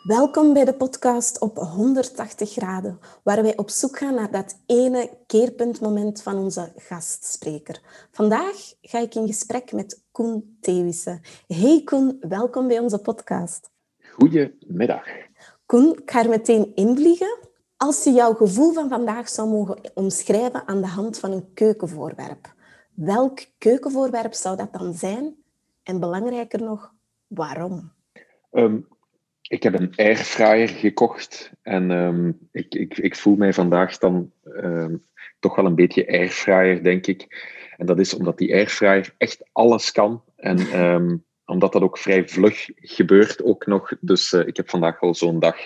Welkom bij de podcast op 180 graden, waar wij op zoek gaan naar dat ene keerpuntmoment van onze gastspreker. Vandaag ga ik in gesprek met Koen Thewissen. Hey Koen, welkom bij onze podcast. Goedemiddag. Koen, ik ga er meteen invliegen. Als je jouw gevoel van vandaag zou mogen omschrijven aan de hand van een keukenvoorwerp, welk keukenvoorwerp zou dat dan zijn? En belangrijker nog, waarom? Ik heb een airfryer gekocht en ik voel mij vandaag dan toch wel een beetje airfryer, denk ik. En dat is omdat die airfryer echt alles kan en omdat dat ook vrij vlug gebeurt ook nog. Dus ik heb vandaag wel zo'n dag,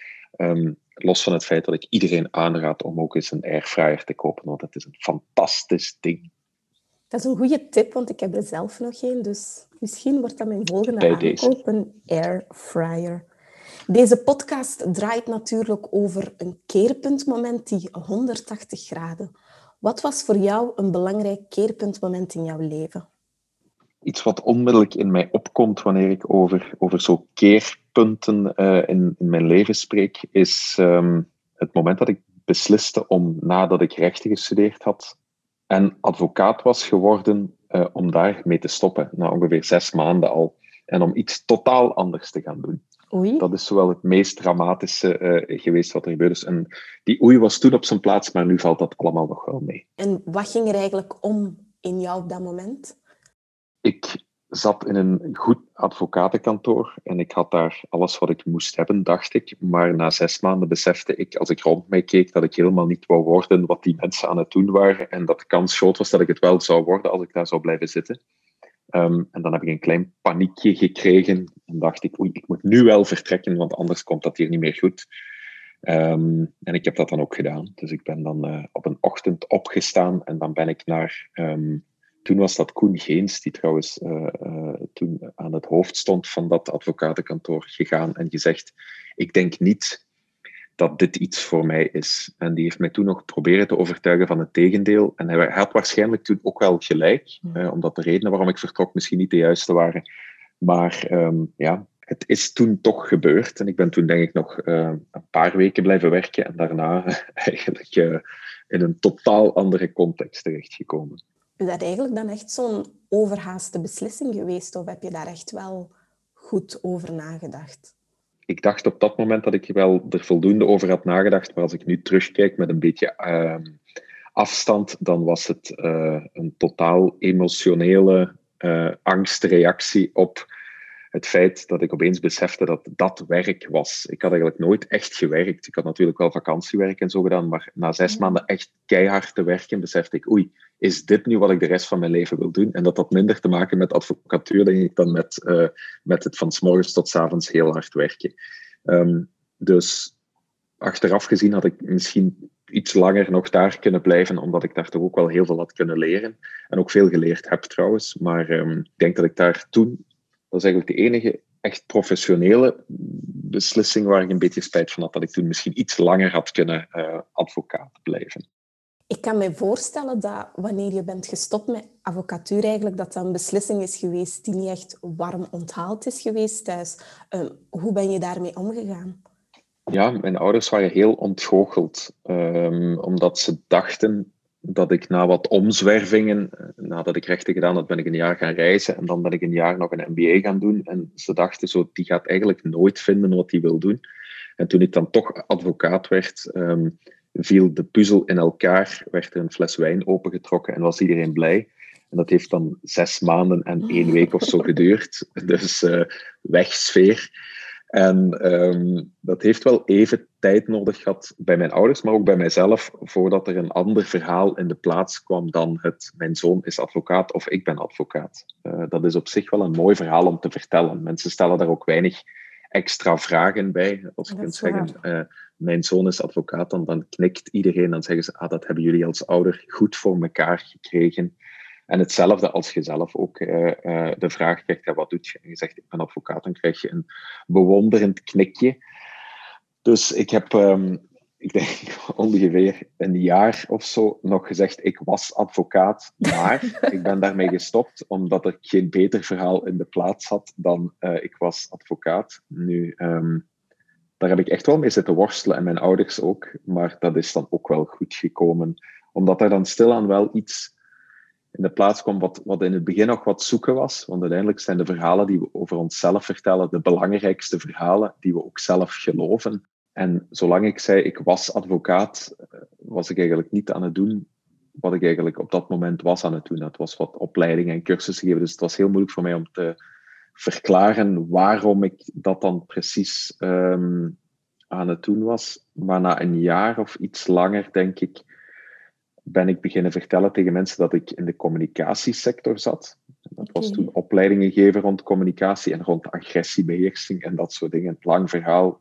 los van het feit dat ik iedereen aanraad om ook eens een airfryer te kopen, want het is een fantastisch ding. Dat is een goede tip, want ik heb er zelf nog geen. Dus misschien wordt dat mijn volgende aankoop, een airfryer. Deze podcast draait natuurlijk over een keerpuntmoment die 180 graden. Wat was voor jou een belangrijk keerpuntmoment in jouw leven? Iets wat onmiddellijk in mij opkomt wanneer ik over zo'n keerpunten in mijn leven spreek, is het moment dat ik besliste om, nadat ik rechten gestudeerd had en advocaat was geworden, om daarmee te stoppen, na ongeveer 6 maanden al, en om iets totaal anders te gaan doen. Oei. Dat is zowel het meest dramatische geweest wat er gebeurd is. En die oei was toen op zijn plaats, maar nu valt dat allemaal nog wel mee. En wat ging er eigenlijk om in jou op dat moment? Ik zat in een goed advocatenkantoor en ik had daar alles wat ik moest hebben, dacht ik. Maar na 6 maanden besefte ik, als ik rond mij keek, dat ik helemaal niet wou worden wat die mensen aan het doen waren. En dat de kans groot was dat ik het wel zou worden als ik daar zou blijven zitten. En dan heb ik een klein paniekje gekregen en dacht ik, oei, ik moet nu wel vertrekken, want anders komt dat hier niet meer goed. En ik heb dat dan ook gedaan. Dus ik ben dan op een ochtend opgestaan en dan ben ik naar... toen was dat Koen Geens, die trouwens toen aan het hoofd stond van dat advocatenkantoor, gegaan en gezegd, ik denk niet dat dit iets voor mij is. En die heeft mij toen nog proberen te overtuigen van het tegendeel. En hij had waarschijnlijk toen ook wel gelijk, omdat de redenen waarom ik vertrok misschien niet de juiste waren. Maar het is toen toch gebeurd. En ik ben toen denk ik nog een paar weken blijven werken en daarna eigenlijk in een totaal andere context terechtgekomen. Is dat eigenlijk dan echt zo'n overhaaste beslissing geweest? Of heb je daar echt wel goed over nagedacht? Ik dacht op dat moment dat ik wel er voldoende over had nagedacht, maar als ik nu terugkijk met een beetje afstand, dan was het een totaal emotionele angstreactie op het feit dat ik opeens besefte dat dat werk was. Ik had eigenlijk nooit echt gewerkt. Ik had natuurlijk wel vakantiewerk en zo gedaan, maar na 6 maanden echt keihard te werken, besefte ik, oei, is dit nu wat ik de rest van mijn leven wil doen? En dat had minder te maken met advocatuur, denk ik, dan met het van 's morgens tot 's avonds heel hard werken. Dus achteraf gezien had ik misschien iets langer nog daar kunnen blijven, omdat ik daar toch ook wel heel veel had kunnen leren. En ook veel geleerd heb trouwens. Maar ik denk dat ik daar toen, dat is eigenlijk de enige echt professionele beslissing waar ik een beetje spijt van had, dat ik toen misschien iets langer had kunnen advocaat blijven. Ik kan me voorstellen dat wanneer je bent gestopt met advocatuur eigenlijk, dat dat een beslissing is geweest die niet echt warm onthaald is geweest thuis. Hoe ben je daarmee omgegaan? Ja, mijn ouders waren heel ontgoocheld, omdat ze dachten dat ik na wat omzwervingen, nadat ik rechten gedaan had, ben ik een jaar gaan reizen en dan ben ik een jaar nog een MBA gaan doen. En ze dachten zo, die gaat eigenlijk nooit vinden wat hij wil doen. En toen ik dan toch advocaat werd, viel de puzzel in elkaar, werd er een fles wijn opengetrokken en was iedereen blij. En dat heeft dan 6 maanden en 1 week of zo geduurd. Dus weg sfeer. En dat heeft wel even tijd nodig gehad bij mijn ouders, maar ook bij mijzelf, voordat er een ander verhaal in de plaats kwam dan mijn zoon is advocaat of ik ben advocaat. Dat is op zich wel een mooi verhaal om te vertellen. Mensen stellen daar ook weinig extra vragen bij. Als je kunt zeggen, mijn zoon is advocaat, dan knikt iedereen. Dan zeggen ze, dat hebben jullie als ouder goed voor elkaar gekregen. En hetzelfde als je zelf ook de vraag krijgt, wat doet je? En je zegt, ik ben advocaat, dan krijg je een bewonderend knikje. Dus ik heb, ik denk ongeveer een jaar of zo nog gezegd, ik was advocaat, maar ik ben daarmee gestopt, omdat er geen beter verhaal in de plaats zat dan ik was advocaat. Nu daar heb ik echt wel mee zitten worstelen en mijn ouders ook. Maar dat is dan ook wel goed gekomen. Omdat er dan stilaan wel iets in de plaats kwam wat in het begin nog wat zoeken was. Want uiteindelijk zijn de verhalen die we over onszelf vertellen de belangrijkste verhalen die we ook zelf geloven. En zolang ik zei, ik was advocaat, was ik eigenlijk niet aan het doen wat ik eigenlijk op dat moment was aan het doen. Dat was wat opleidingen en cursussen geven. Dus het was heel moeilijk voor mij om te verklaren waarom ik dat dan precies aan het doen was. Maar na een jaar of iets langer, denk ik, ben ik beginnen vertellen tegen mensen dat ik in de communicatiesector zat. Dat was toen opleidingen geven rond communicatie en rond agressiebeheersing en dat soort dingen. Lang verhaal,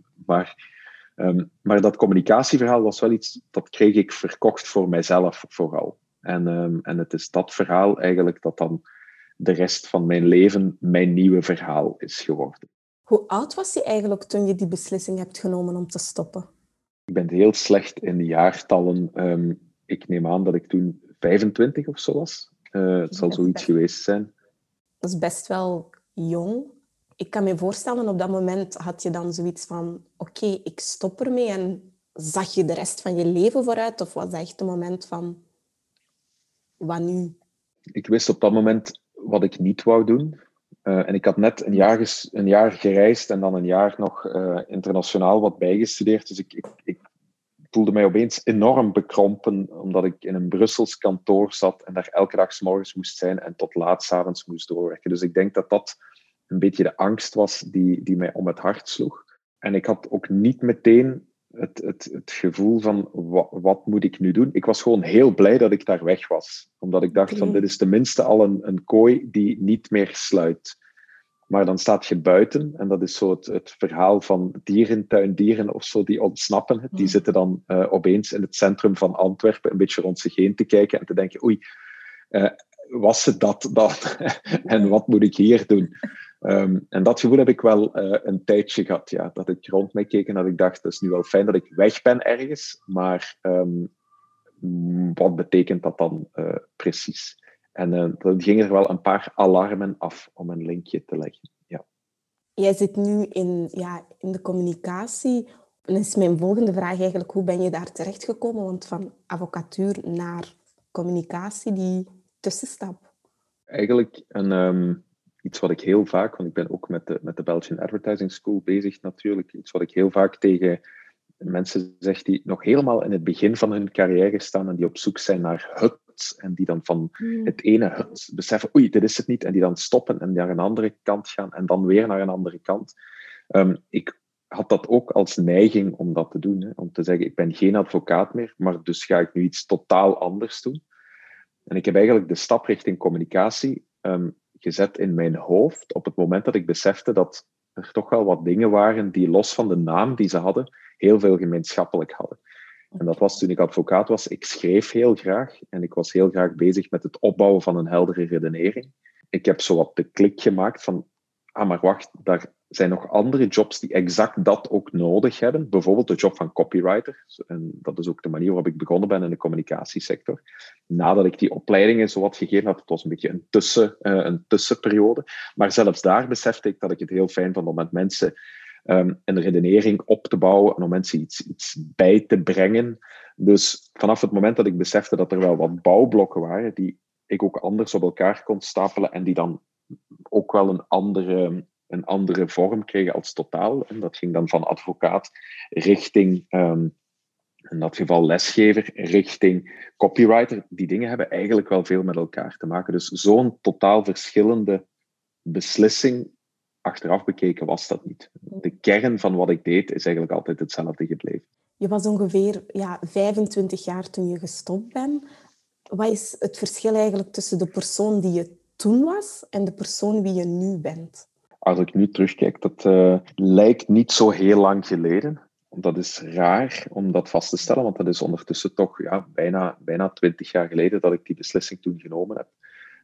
maar dat communicatieverhaal was wel iets, dat kreeg ik verkocht voor mijzelf vooral. En het is dat verhaal eigenlijk dat dan de rest van mijn leven mijn nieuwe verhaal is geworden. Hoe oud was je eigenlijk toen je die beslissing hebt genomen om te stoppen? Ik ben heel slecht in de jaartallen. Ik neem aan dat ik toen 25 of zo was. Het zal zoiets geweest zijn. Dat is best wel jong. Ik kan me voorstellen, op dat moment had je dan zoiets van... Oké, ik stop ermee. En zag je de rest van je leven vooruit? Of was dat echt een moment van... Wat nu? Ik wist op dat moment wat ik niet wou doen. En ik had net een jaar gereisd en dan een jaar nog internationaal wat bijgestudeerd. Dus ik voelde mij opeens enorm bekrompen, omdat ik in een Brussels kantoor zat en daar elke dag 's morgens moest zijn en tot laat 's avonds moest doorwerken. Dus ik denk dat dat een beetje de angst was die mij om het hart sloeg. En ik had ook niet meteen het gevoel van, wat moet ik nu doen? Ik was gewoon heel blij dat ik daar weg was. Omdat ik dacht van, dit is tenminste al een kooi die niet meer sluit. Maar dan staat je buiten, en dat is zo het verhaal van dierentuindieren of zo, die ontsnappen het. Die zitten dan opeens in het centrum van Antwerpen een beetje rond zich heen te kijken en te denken, oei, was het dat dan? En wat moet ik hier doen? En dat gevoel heb ik wel een tijdje gehad, ja. Dat ik rond mij keek en dat ik dacht, het is nu wel fijn dat ik weg ben ergens, maar wat betekent dat dan precies? En dan gingen er wel een paar alarmen af om een linkje te leggen. Ja. Jij zit nu in de communicatie. En dan is mijn volgende vraag eigenlijk, hoe ben je daar terechtgekomen? Want van advocatuur naar communicatie, die tussenstap. Eigenlijk iets wat ik heel vaak, want ik ben ook met de Belgian Advertising School bezig natuurlijk, iets wat ik heel vaak tegen mensen zeg die nog helemaal in het begin van hun carrière staan en die op zoek zijn naar het en die dan van het ene het beseffen, oei, dit is het niet, en die dan stoppen en naar een andere kant gaan en dan weer naar een andere kant. Ik had dat ook als neiging om dat te doen, hè, om te zeggen, ik ben geen advocaat meer, maar dus ga ik nu iets totaal anders doen. En ik heb eigenlijk de stap richting communicatie gezet in mijn hoofd op het moment dat ik besefte dat er toch wel wat dingen waren die los van de naam die ze hadden, heel veel gemeenschappelijk hadden. En dat was toen ik advocaat was. Ik schreef heel graag en ik was heel graag bezig met het opbouwen van een heldere redenering. Ik heb zo wat de klik gemaakt van, maar wacht, daar zijn nog andere jobs die exact dat ook nodig hebben. Bijvoorbeeld de job van copywriter. En dat is ook de manier waarop ik begonnen ben in de communicatiesector. Nadat ik die opleidingen zo wat gegeven had, het was een beetje een tussenperiode. Maar zelfs daar besefte ik dat ik het heel fijn vond om met mensen een redenering op te bouwen en om mensen iets bij te brengen. Dus vanaf het moment dat ik besefte dat er wel wat bouwblokken waren die ik ook anders op elkaar kon stapelen en die dan ook wel een andere vorm kregen als totaal. En dat ging dan van advocaat richting, in dat geval lesgever, richting copywriter. Die dingen hebben eigenlijk wel veel met elkaar te maken. Dus zo'n totaal verschillende beslissing, achteraf bekeken, was dat niet. De kern van wat ik deed is eigenlijk altijd hetzelfde gebleven. Je was ongeveer 25 jaar toen je gestopt bent. Wat is het verschil eigenlijk tussen de persoon die je toen was en de persoon wie je nu bent? Als ik nu terugkijk, dat lijkt niet zo heel lang geleden. Dat is raar om dat vast te stellen, want dat is ondertussen toch bijna 20 jaar geleden dat ik die beslissing toen genomen heb.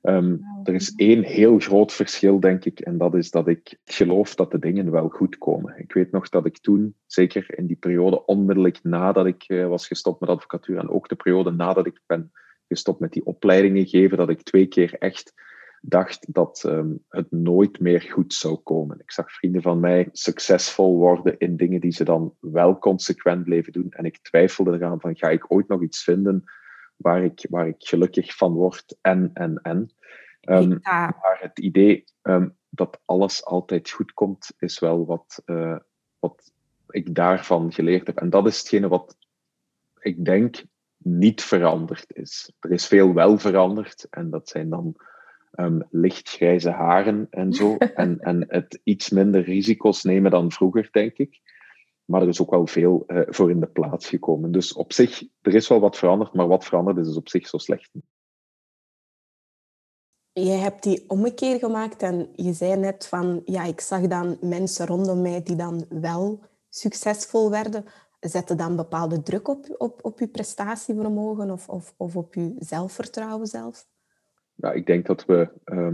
Er is één heel groot verschil, denk ik, en dat is dat ik geloof dat de dingen wel goed komen. Ik weet nog dat ik toen, zeker in die periode onmiddellijk nadat ik was gestopt met advocatuur en ook de periode nadat ik ben gestopt met die opleidingen geven, dat ik 2 keer echt dacht dat het nooit meer goed zou komen. Ik zag vrienden van mij succesvol worden in dingen die ze dan wel consequent bleven doen. En ik twijfelde eraan van, ga ik ooit nog iets vinden waar ik gelukkig van word en. Maar het idee dat alles altijd goed komt, is wel wat ik daarvan geleerd heb. En dat is hetgene wat ik denk niet veranderd is. Er is veel wel veranderd en dat zijn dan lichtgrijze haren en zo. en het iets minder risico's nemen dan vroeger, denk ik. Maar er is ook wel veel voor in de plaats gekomen. Dus op zich, er is wel wat veranderd, maar wat veranderd is op zich zo slecht niet. Je hebt die ommekeer gemaakt en je zei net van, ja, ik zag dan mensen rondom mij die dan wel succesvol werden. Zette dan bepaalde druk op je prestatievermogen of op je zelfvertrouwen zelf? Ja, ik denk dat we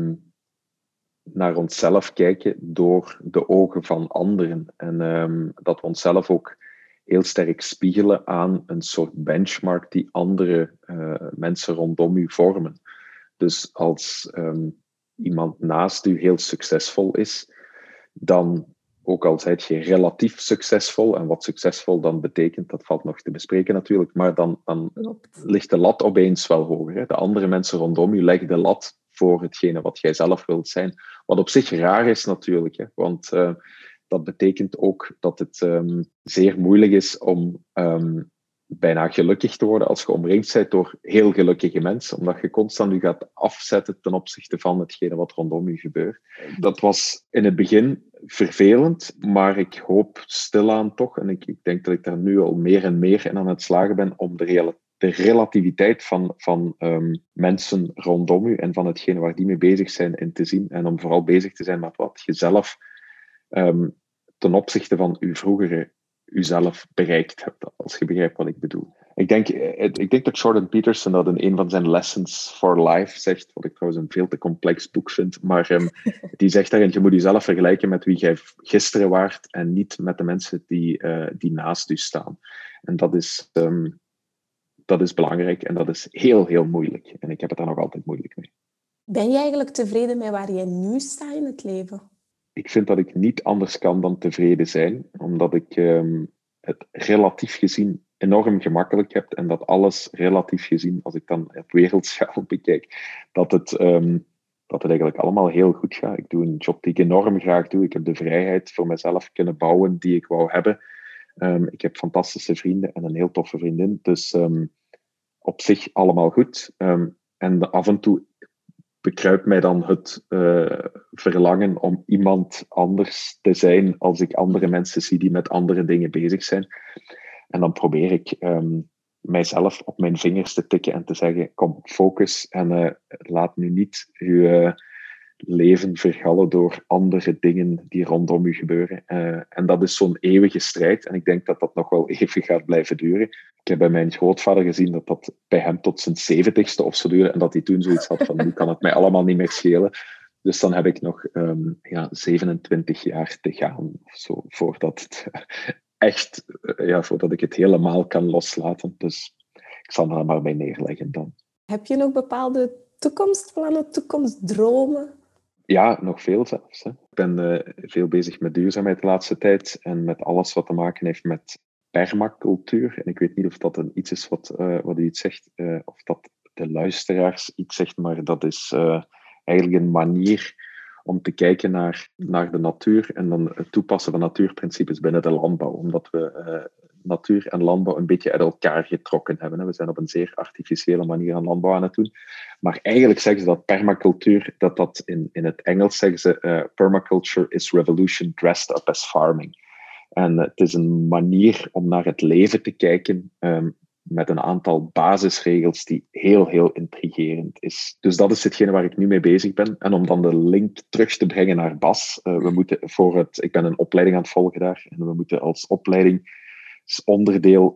naar onszelf kijken door de ogen van anderen. En dat we onszelf ook heel sterk spiegelen aan een soort benchmark die andere mensen rondom u vormen. Dus als iemand naast u heel succesvol is, dan, ook al zijt je relatief succesvol, en wat succesvol dan betekent, dat valt nog te bespreken natuurlijk, maar dan ligt de lat opeens wel hoger. Hè? De andere mensen rondom u leggen de lat voor hetgene wat jij zelf wilt zijn. Wat op zich raar is natuurlijk, hè? Want dat betekent ook dat het zeer moeilijk is om bijna gelukkig te worden als je omringd bent door heel gelukkige mensen, omdat je constant je gaat afzetten ten opzichte van hetgene wat rondom je gebeurt. Dat was in het begin vervelend, maar ik hoop stilaan toch, en ik denk dat ik daar nu al meer en meer in aan het slagen ben, om de relativiteit van mensen rondom u en van hetgene waar die mee bezig zijn in te zien, en om vooral bezig te zijn met wat je zelf ten opzichte van uw vroegere uzelf bereikt hebt, als je begrijpt wat ik bedoel. Ik denk dat Jordan Peterson dat in een van zijn Lessons for Life zegt, wat ik trouwens een veel te complex boek vind, maar die zegt daarin, je moet jezelf vergelijken met wie jij gisteren waart en niet met de mensen die naast u staan. En dat is belangrijk en dat is heel, heel moeilijk. En ik heb het daar nog altijd moeilijk mee. Ben je eigenlijk tevreden met waar jij nu staat in het leven? Ik vind dat ik niet anders kan dan tevreden zijn, omdat ik het relatief gezien enorm gemakkelijk heb en dat alles relatief gezien, als ik dan op wereldschaal bekijk, dat het eigenlijk allemaal heel goed gaat. Ik doe een job die ik enorm graag doe. Ik heb de vrijheid voor mezelf kunnen bouwen die ik wou hebben. Ik heb fantastische vrienden en een heel toffe vriendin. Dus op zich allemaal goed. En af en toe bekruipt mij dan het verlangen om iemand anders te zijn als ik andere mensen zie die met andere dingen bezig zijn. En dan probeer ik mijzelf op mijn vingers te tikken en te zeggen, kom, focus en laat nu niet je leven vergallen door andere dingen die rondom u gebeuren. En dat is zo'n eeuwige strijd en ik denk dat dat nog wel even gaat blijven duren. Ik heb bij mijn grootvader gezien dat bij hem tot zijn 70ste of zo duurde en dat hij toen zoiets had van, nu kan het mij allemaal niet meer schelen. Dus dan heb ik nog 27 jaar te gaan of zo, voordat het echt, voordat ik het helemaal kan loslaten. Dus ik zal er maar bij neerleggen dan. Heb je nog bepaalde toekomstplannen, toekomstdromen? Ja, nog veel zelfs. Hè. Ik ben veel bezig met duurzaamheid de laatste tijd en met alles wat te maken heeft met permacultuur. En ik weet niet of dat iets is wat u iets zegt, of dat de luisteraars iets zegt, maar dat is eigenlijk een manier om te kijken naar de natuur en dan het toepassen van natuurprincipes binnen de landbouw. Omdat we natuur en landbouw een beetje uit elkaar getrokken hebben. Hè. We zijn op een zeer artificiële manier aan landbouw aan het doen. Maar eigenlijk zeggen ze dat permacultuur, dat in het Engels zeggen ze permaculture is revolution dressed up as farming. En het is een manier om naar het leven te kijken met een aantal basisregels die heel, heel intrigerend is. Dus dat is hetgene waar ik nu mee bezig ben. En om dan de link terug te brengen naar Bas, ik ben een opleiding aan het volgen daar, en we moeten als opleidingsonderdeel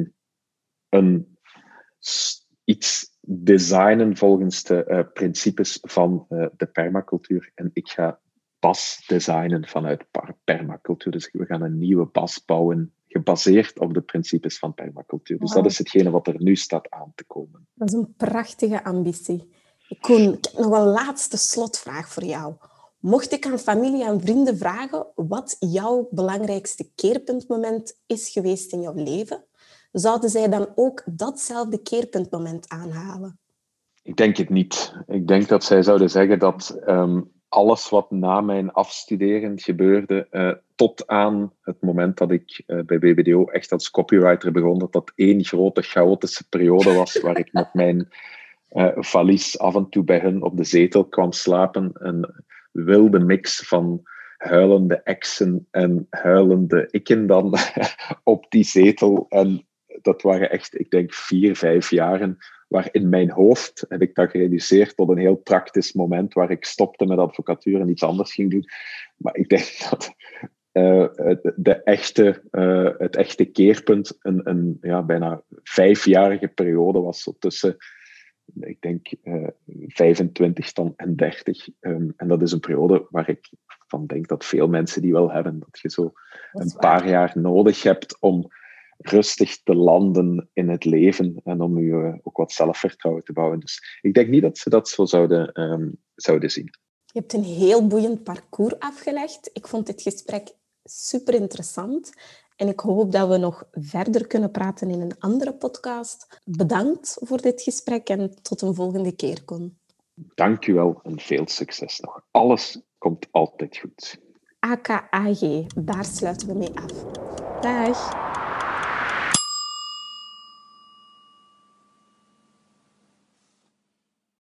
iets designen volgens de principes van de permacultuur. En ik ga Bas designen vanuit permacultuur. Dus we gaan een nieuwe Bas bouwen, gebaseerd op de principes van permacultuur. Dus dat is hetgene wat er nu staat aan te komen. Dat is een prachtige ambitie. Koen, ik heb nog een laatste slotvraag voor jou. Mocht ik aan familie en vrienden vragen wat jouw belangrijkste keerpuntmoment is geweest in jouw leven, zouden zij dan ook datzelfde keerpuntmoment aanhalen? Ik denk het niet. Ik denk dat zij zouden zeggen dat alles wat na mijn afstuderen gebeurde, tot aan het moment dat ik bij BBDO echt als copywriter begon, dat één grote chaotische periode was waar ik met mijn valies af en toe bij hen op de zetel kwam slapen. Een wilde mix van huilende exen en huilende ikken dan op die zetel. En dat waren echt, ik denk, 4-5 jaren waar in mijn hoofd heb ik dat gereduceerd tot een heel praktisch moment waar ik stopte met advocatuur en iets anders ging doen. Maar ik denk dat het echte keerpunt een bijna 5-jarige periode was, zo tussen, ik denk, 25 en 30. En dat is een periode waar ik van denk dat veel mensen die wel hebben. Dat je zo een paar jaar nodig hebt om rustig te landen in het leven en om je ook wat zelfvertrouwen te bouwen. Dus ik denk niet dat ze dat zo zouden zien. Je hebt een heel boeiend parcours afgelegd. Ik vond dit gesprek super interessant. En ik hoop dat we nog verder kunnen praten in een andere podcast. Bedankt voor dit gesprek en tot een volgende keer, Koen. Dank je wel en veel succes nog. Alles komt altijd goed. AKAG, daar sluiten we mee af. Dag!